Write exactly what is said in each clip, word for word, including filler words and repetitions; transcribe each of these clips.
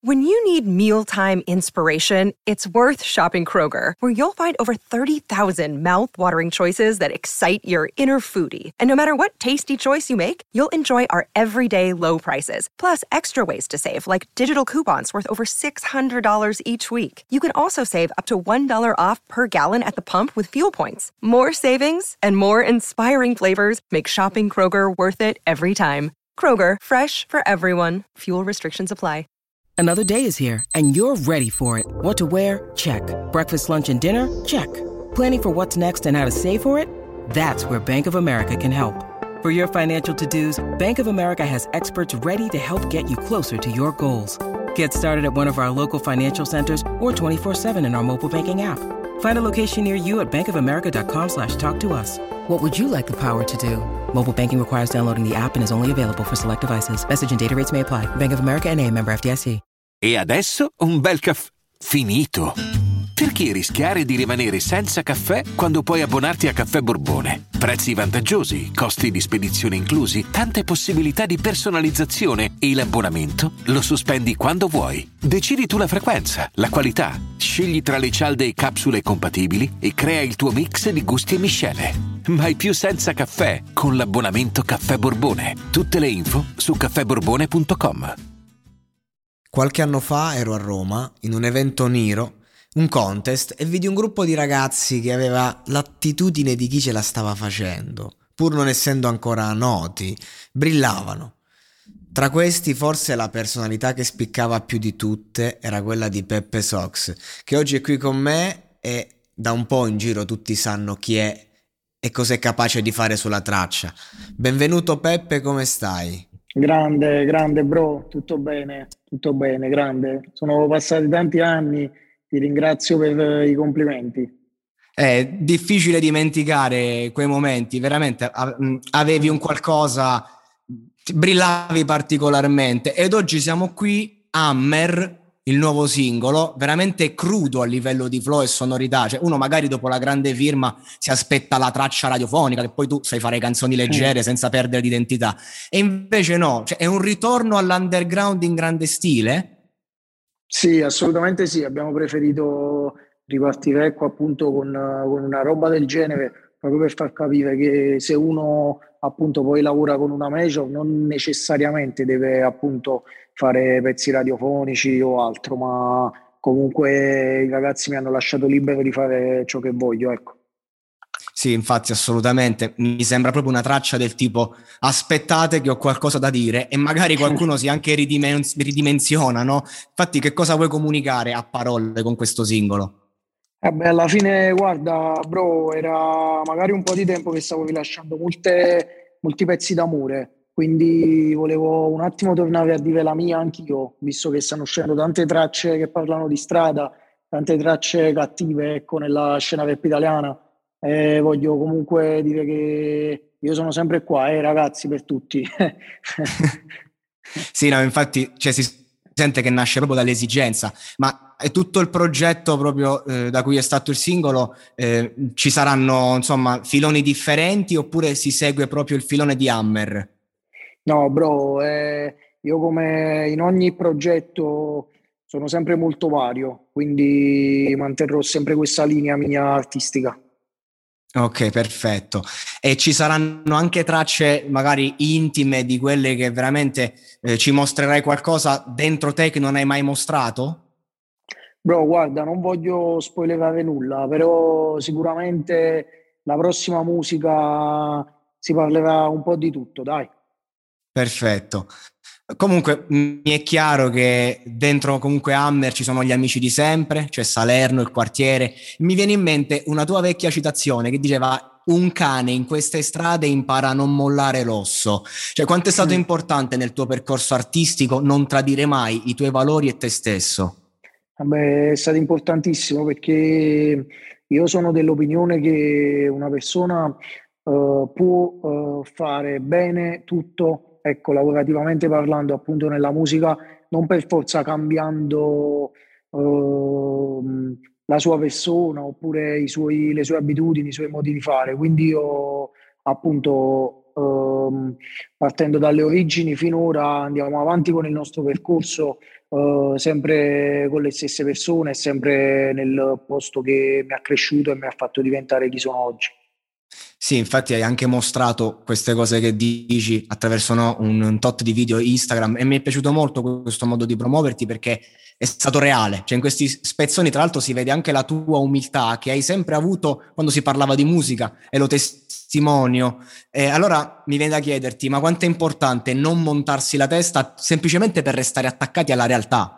When you need mealtime inspiration, it's worth shopping Kroger, where you'll find over thirty thousand mouth-watering choices that excite your inner foodie. And no matter what tasty choice you make, you'll enjoy our everyday low prices, plus extra ways to save, like digital coupons worth over six hundred dollars each week. You can also save up to one dollar off per gallon at the pump with fuel points. More savings and more inspiring flavors make shopping Kroger worth it every time. Kroger, fresh for everyone. Fuel restrictions apply. Another day is here, and you're ready for it. What to wear? Check. Breakfast, lunch, and dinner? Check. Planning for what's next and how to save for it? That's where Bank of America can help. For your financial to-dos, Bank of America has experts ready to help get you closer to your goals. Get started at one of our local financial centers or twenty-four seven in our mobile banking app. Find a location near you at bankofamerica.com slash talk to us. What would you like the power to do? Mobile banking requires downloading the app and is only available for select devices. Message and data rates may apply. Bank of America N A, member F D I C. E adesso un bel caffè finito. Perché rischiare di rimanere senza caffè quando puoi abbonarti a Caffè Borbone? Prezzi vantaggiosi, costi di spedizione inclusi, tante possibilità di personalizzazione e l'abbonamento lo sospendi quando vuoi. Decidi tu la frequenza, la qualità, scegli tra le cialde e capsule compatibili e crea il tuo mix di gusti e miscele. Mai più senza caffè con l'abbonamento Caffè Borbone. Tutte le info su caffè borbone punto com. Qualche anno fa ero a Roma in un evento Niro, un contest, e vidi un gruppo di ragazzi che aveva l'attitudine di chi ce la stava facendo. Pur non essendo ancora noti, brillavano. Tra questi forse la personalità che spiccava più di tutte era quella di Peppe Sox, che oggi è qui con me e da un po' in giro tutti sanno chi è e cos'è capace di fare sulla traccia. Benvenuto Peppe, come stai? Grande, grande bro, tutto bene, tutto bene, grande. Sono passati tanti anni, ti ringrazio per i complimenti. È difficile dimenticare quei momenti, veramente avevi un qualcosa, brillavi particolarmente, ed oggi siamo qui, Hammer, il nuovo singolo, veramente crudo a livello di flow e sonorità. Cioè uno magari dopo la grande firma si aspetta la traccia radiofonica, che poi tu sai fare canzoni leggere mm. senza perdere l'identità, e invece no, cioè è un ritorno all'underground in grande stile? Sì, assolutamente sì, abbiamo preferito ripartire ecco appunto con, con una roba del genere, proprio per far capire che se uno appunto poi lavora con una major non necessariamente deve appunto fare pezzi radiofonici o altro, ma comunque i ragazzi mi hanno lasciato libero di fare ciò che voglio, ecco. Sì, infatti assolutamente, mi sembra proprio una traccia del tipo aspettate che ho qualcosa da dire, e magari qualcuno si anche ridimen- ridimensiona, no? Infatti che cosa vuoi comunicare a parole con questo singolo? Eh beh, alla fine, guarda, bro, era magari un po' di tempo che stavo rilasciando molte, molti pezzi d'amore, quindi volevo un attimo tornare a dire la mia anch'io, visto che stanno uscendo tante tracce che parlano di strada, tante tracce cattive, ecco, nella scena rap italiana, e voglio comunque dire che io sono sempre qua, eh, ragazzi, per tutti. Sì, no, infatti, cioè, si sente che nasce proprio dall'esigenza, ma è tutto il progetto proprio eh, da cui è stato il singolo, eh, ci saranno insomma filoni differenti oppure si segue proprio il filone di Hammer? No bro, eh, io come in ogni progetto sono sempre molto vario, quindi manterrò sempre questa linea mia artistica. Ok, perfetto. E ci saranno anche tracce magari intime, di quelle che veramente eh, ci mostrerai qualcosa dentro te che non hai mai mostrato? Bro, guarda, non voglio spoilerare nulla, però sicuramente la prossima musica si parlerà un po' di tutto, dai. Perfetto. Comunque mi è chiaro che dentro comunque Hammer ci sono gli amici di sempre, cioè Salerno, il quartiere. Mi viene in mente una tua vecchia citazione che diceva: un cane in queste strade impara a non mollare l'osso. Cioè, quanto è stato mm. importante nel tuo percorso artistico non tradire mai i tuoi valori e te stesso? Vabbè, è stato importantissimo, perché io sono dell'opinione che una persona uh, può uh, fare bene tutto, ecco, lavorativamente parlando, appunto nella musica, non per forza cambiando uh, la sua persona oppure i suoi, le sue abitudini, i suoi modi di fare. Quindi io appunto uh, partendo dalle origini finora andiamo avanti con il nostro percorso eh, sempre con le stesse persone, sempre nel posto che mi ha cresciuto e mi ha fatto diventare chi sono oggi. Sì, infatti hai anche mostrato queste cose che dici attraverso, no, un, un tot di video Instagram, e mi è piaciuto molto questo modo di promuoverti perché è stato reale. Cioè in questi spezzoni tra l'altro si vede anche la tua umiltà che hai sempre avuto quando si parlava di musica, e lo testimonio. E allora mi viene da chiederti, ma quanto è importante non montarsi la testa semplicemente per restare attaccati alla realtà?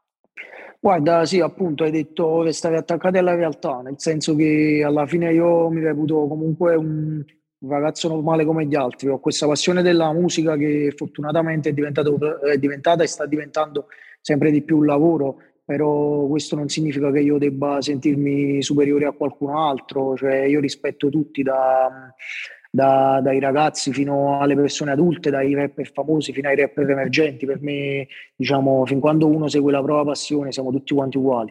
Guarda, sì, appunto, hai detto che stavi attaccati alla realtà, nel senso che alla fine io mi reputo comunque un un ragazzo normale come gli altri. Ho questa passione della musica che fortunatamente è diventato, è diventata e sta diventando sempre di più un lavoro, però questo non significa che io debba sentirmi superiore a qualcun altro, cioè io rispetto tutti, da, da- dai ragazzi fino alle persone adulte, dai rapper famosi fino ai rapper emergenti. Per me, diciamo, fin quando uno segue la propria passione, siamo tutti quanti uguali.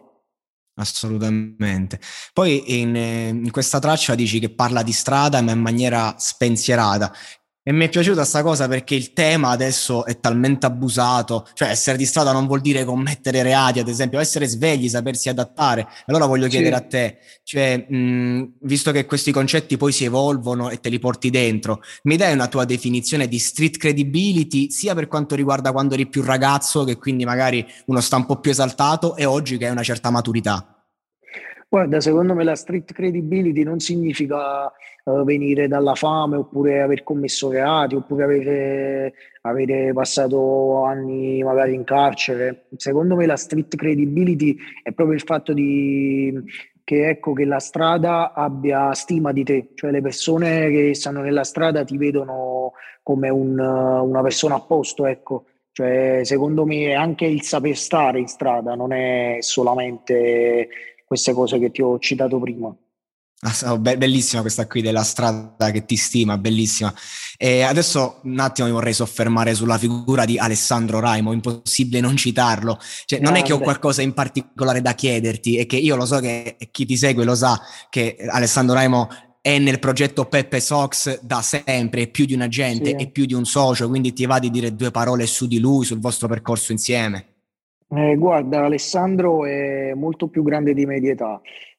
Assolutamente. Poi in, eh, in questa traccia dici che parla di strada, ma in maniera spensierata. E mi è piaciuta sta cosa perché il tema adesso è talmente abusato, cioè essere di strada non vuol dire commettere reati, ad esempio, essere svegli, sapersi adattare. Allora voglio chiedere a Sì. te, cioè, mh, visto che questi concetti poi si evolvono e te li porti dentro, mi dai una tua definizione di street credibility, sia per quanto riguarda quando eri più ragazzo, che quindi magari uno sta un po' più esaltato, e oggi che hai una certa maturità? Guarda, secondo me la street credibility non significa eh, venire dalla fame oppure aver commesso reati oppure avere, avere passato anni magari in carcere. Secondo me la street credibility è proprio il fatto di, che, ecco, che la strada abbia stima di te, cioè le persone che stanno nella strada ti vedono come un, una persona a posto, ecco. Cioè, secondo me anche il saper stare in strada non è solamente queste cose che ti ho citato prima. Ah, be- bellissima questa qui della strada che ti stima, bellissima. E adesso un attimo mi vorrei soffermare sulla figura di Alessandro Raimo, impossibile non citarlo. Cioè, non è che ho Grande. qualcosa in particolare da chiederti, è che io lo so, che e chi ti segue lo sa, che Alessandro Raimo è nel progetto Peppe Sox da sempre, è più di un agente, è Sì. più di un socio, quindi ti va di dire due parole su di lui, sul vostro percorso insieme? Eh, guarda, Alessandro è molto più grande di me di età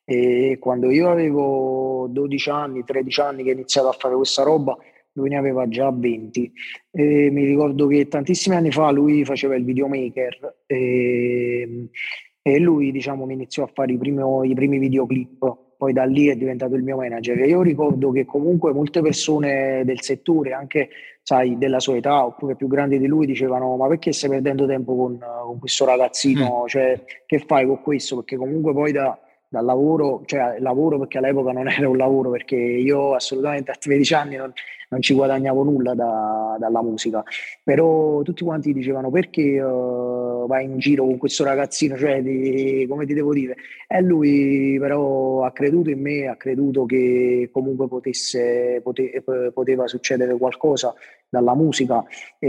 e quando io avevo dodici anni, tredici anni che ho iniziato a fare questa roba, lui ne aveva già venti. E mi ricordo che tantissimi anni fa lui faceva il videomaker e, e lui, diciamo, mi iniziò a fare i primi, i primi videoclip. Poi da lì è diventato il mio manager. E io ricordo che comunque molte persone del settore, anche sai, della sua età oppure più grandi di lui, dicevano: ma perché stai perdendo tempo con, con questo Mm. ragazzino? Cioè, che fai con questo? Perché comunque poi da, dal lavoro, cioè lavoro, perché all'epoca non era un lavoro, perché io assolutamente a tredici anni non, non ci guadagnavo nulla da- dalla musica, però tutti quanti dicevano: perché eh, vai in giro con questo ragazzino, cioè di- come ti devo dire? E lui però ha creduto in me, ha creduto che comunque potesse, pote- poteva succedere qualcosa dalla musica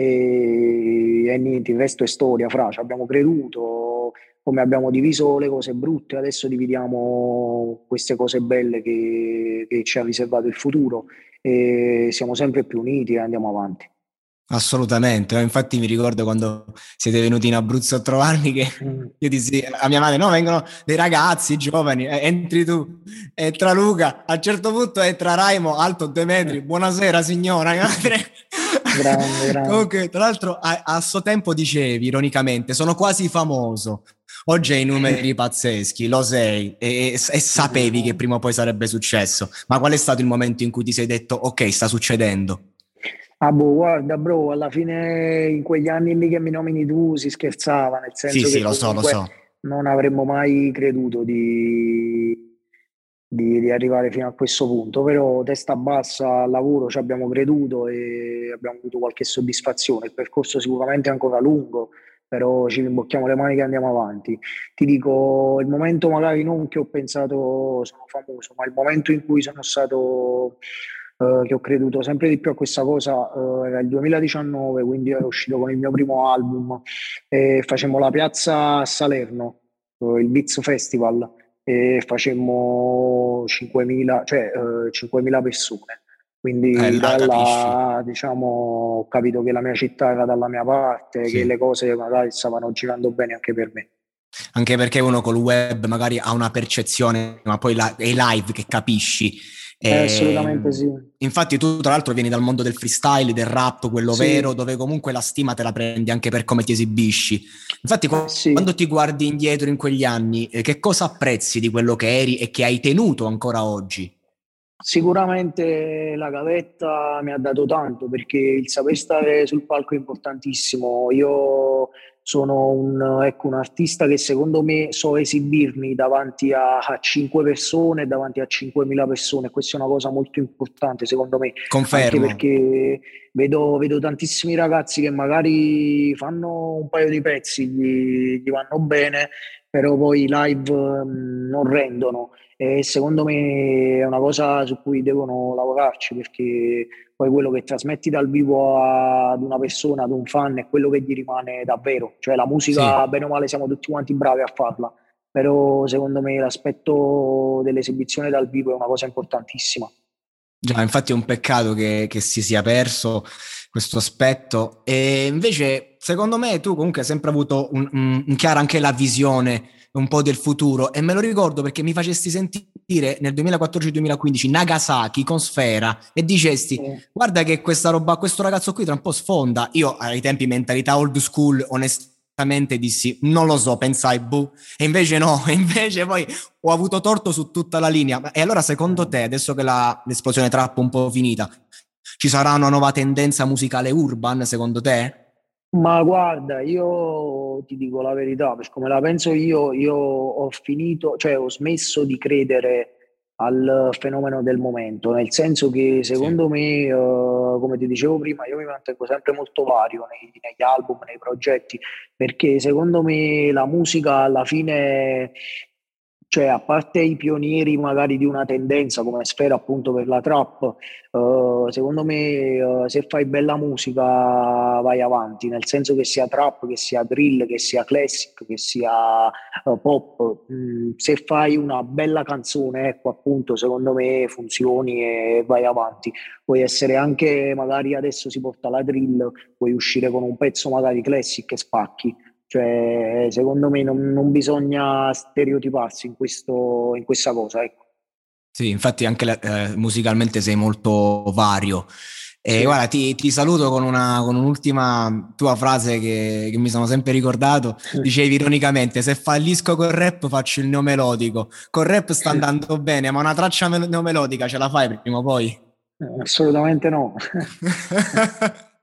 e, e niente, il resto è storia, fra, ci abbiamo creduto, come abbiamo diviso le cose brutte, adesso dividiamo queste cose belle che, che ci ha riservato il futuro e siamo sempre più uniti e andiamo avanti. Assolutamente, infatti mi ricordo quando siete venuti in Abruzzo a trovarmi che Mm. io dissi a mia madre: no, vengono dei ragazzi giovani, eh, entri tu, entra Luca, a un certo punto entra Raimo, alto due metri, buonasera signora, mia madre. Grande, grande. Comunque, tra l'altro a, a suo tempo dicevi ironicamente: sono quasi famoso. Oggi hai numeri pazzeschi, lo sei, e, e- e sapevi che prima o poi sarebbe successo, ma qual è stato il momento in cui ti sei detto ok, sta succedendo? Ah, boh, guarda, bro, alla fine in quegli anni lì che mi nomini tu si scherzava, nel Sì, senso sì, che lo so, lo comunque so. non avremmo mai creduto di, di- di arrivare fino a questo punto, però testa bassa al lavoro ci abbiamo creduto e abbiamo avuto qualche soddisfazione. Il percorso sicuramente è ancora lungo, però ci rimbocchiamo le maniche e andiamo avanti. Ti dico, il momento magari non che ho pensato sono famoso, ma il momento in cui sono stato, eh, che ho creduto sempre di più a questa cosa, eh, era il duemiladiciannove, quindi ero uscito con il mio primo album e facemmo la piazza a Salerno, eh, il Beats Festival, e facemmo cinquemila, cioè, eh, cinquemila persone. quindi Eh, là da capisci. là, diciamo, ho capito che la mia città era dalla mia parte, che Sì. le cose magari stavano girando bene anche per me. Anche perché uno col web magari ha una percezione, ma poi la, è live che capisci. Eh, E, assolutamente sì. infatti tu tra l'altro vieni dal mondo del freestyle, del rap, quello Sì, vero, dove comunque la stima te la prendi anche per come ti esibisci. Infatti eh, sì. quando ti guardi indietro in quegli anni, eh, che cosa apprezzi di quello che eri e che hai tenuto ancora oggi? Sicuramente la gavetta mi ha dato tanto perché il saper stare sul palco è importantissimo. Io sono un, ecco, un artista che secondo me so esibirmi davanti a, a cinque persone, davanti a cinquemila persone. Questa è una cosa molto importante secondo me, anche Confermo. perché vedo, vedo tantissimi ragazzi che magari fanno un paio di pezzi, gli, gli vanno bene, però poi i live mh, non rendono. E secondo me è una cosa su cui devono lavorarci perché poi quello che trasmetti dal vivo a- ad una persona, ad un fan, è quello che gli rimane davvero. Cioè la Sì. musica, bene o male, siamo tutti quanti bravi a farla, però secondo me l'aspetto dell'esibizione dal vivo è una cosa importantissima. Già, infatti è un peccato che, che si sia perso questo aspetto. E invece, secondo me, tu comunque hai sempre avuto un, un, un chiara anche la visione un po' del futuro. E me lo ricordo perché mi facesti sentire nel duemilaquattordici-duemilaquindici Nagasaki con Sfera e dicesti: Eh, guarda che questa roba, questo ragazzo qui tra un po' sfonda. Io ai tempi mentalità old school, onestamente dissi: non lo so, pensai, boh. E invece no, e invece poi ho avuto torto su tutta la linea. E allora secondo te, adesso che la, l'esplosione trap è un po' finita, ci sarà una nuova tendenza musicale urban secondo te? Ma guarda, io ti dico la verità, per come la penso io, io ho finito, cioè ho smesso di credere al fenomeno del momento, nel senso che Sì. secondo me, eh, come ti dicevo prima, io mi mantengo sempre molto vario nei- negli album, nei progetti, perché secondo me la musica alla fine, cioè a parte i pionieri magari di una tendenza come Sfera appunto per la trap, eh, secondo me eh, se fai bella musica vai avanti, nel senso che sia trap, che sia drill, che sia classic, che sia eh, pop. Mm, se fai una bella canzone, ecco appunto secondo me funzioni e vai avanti. Puoi essere anche, magari adesso si porta la drill, puoi uscire con un pezzo magari classic e spacchi. Cioè, secondo me non, non bisogna stereotiparsi in questo, in questa cosa, ecco. Sì, infatti anche eh, musicalmente sei molto vario. E Sì. guarda, ti, ti saluto con, una, con un'ultima tua frase che, che mi sono sempre ricordato. Dicevi ironicamente: se fallisco col rap faccio il neomelodico. Col rap sta andando bene, ma una traccia mel- neomelodica ce la fai prima o poi? Assolutamente no.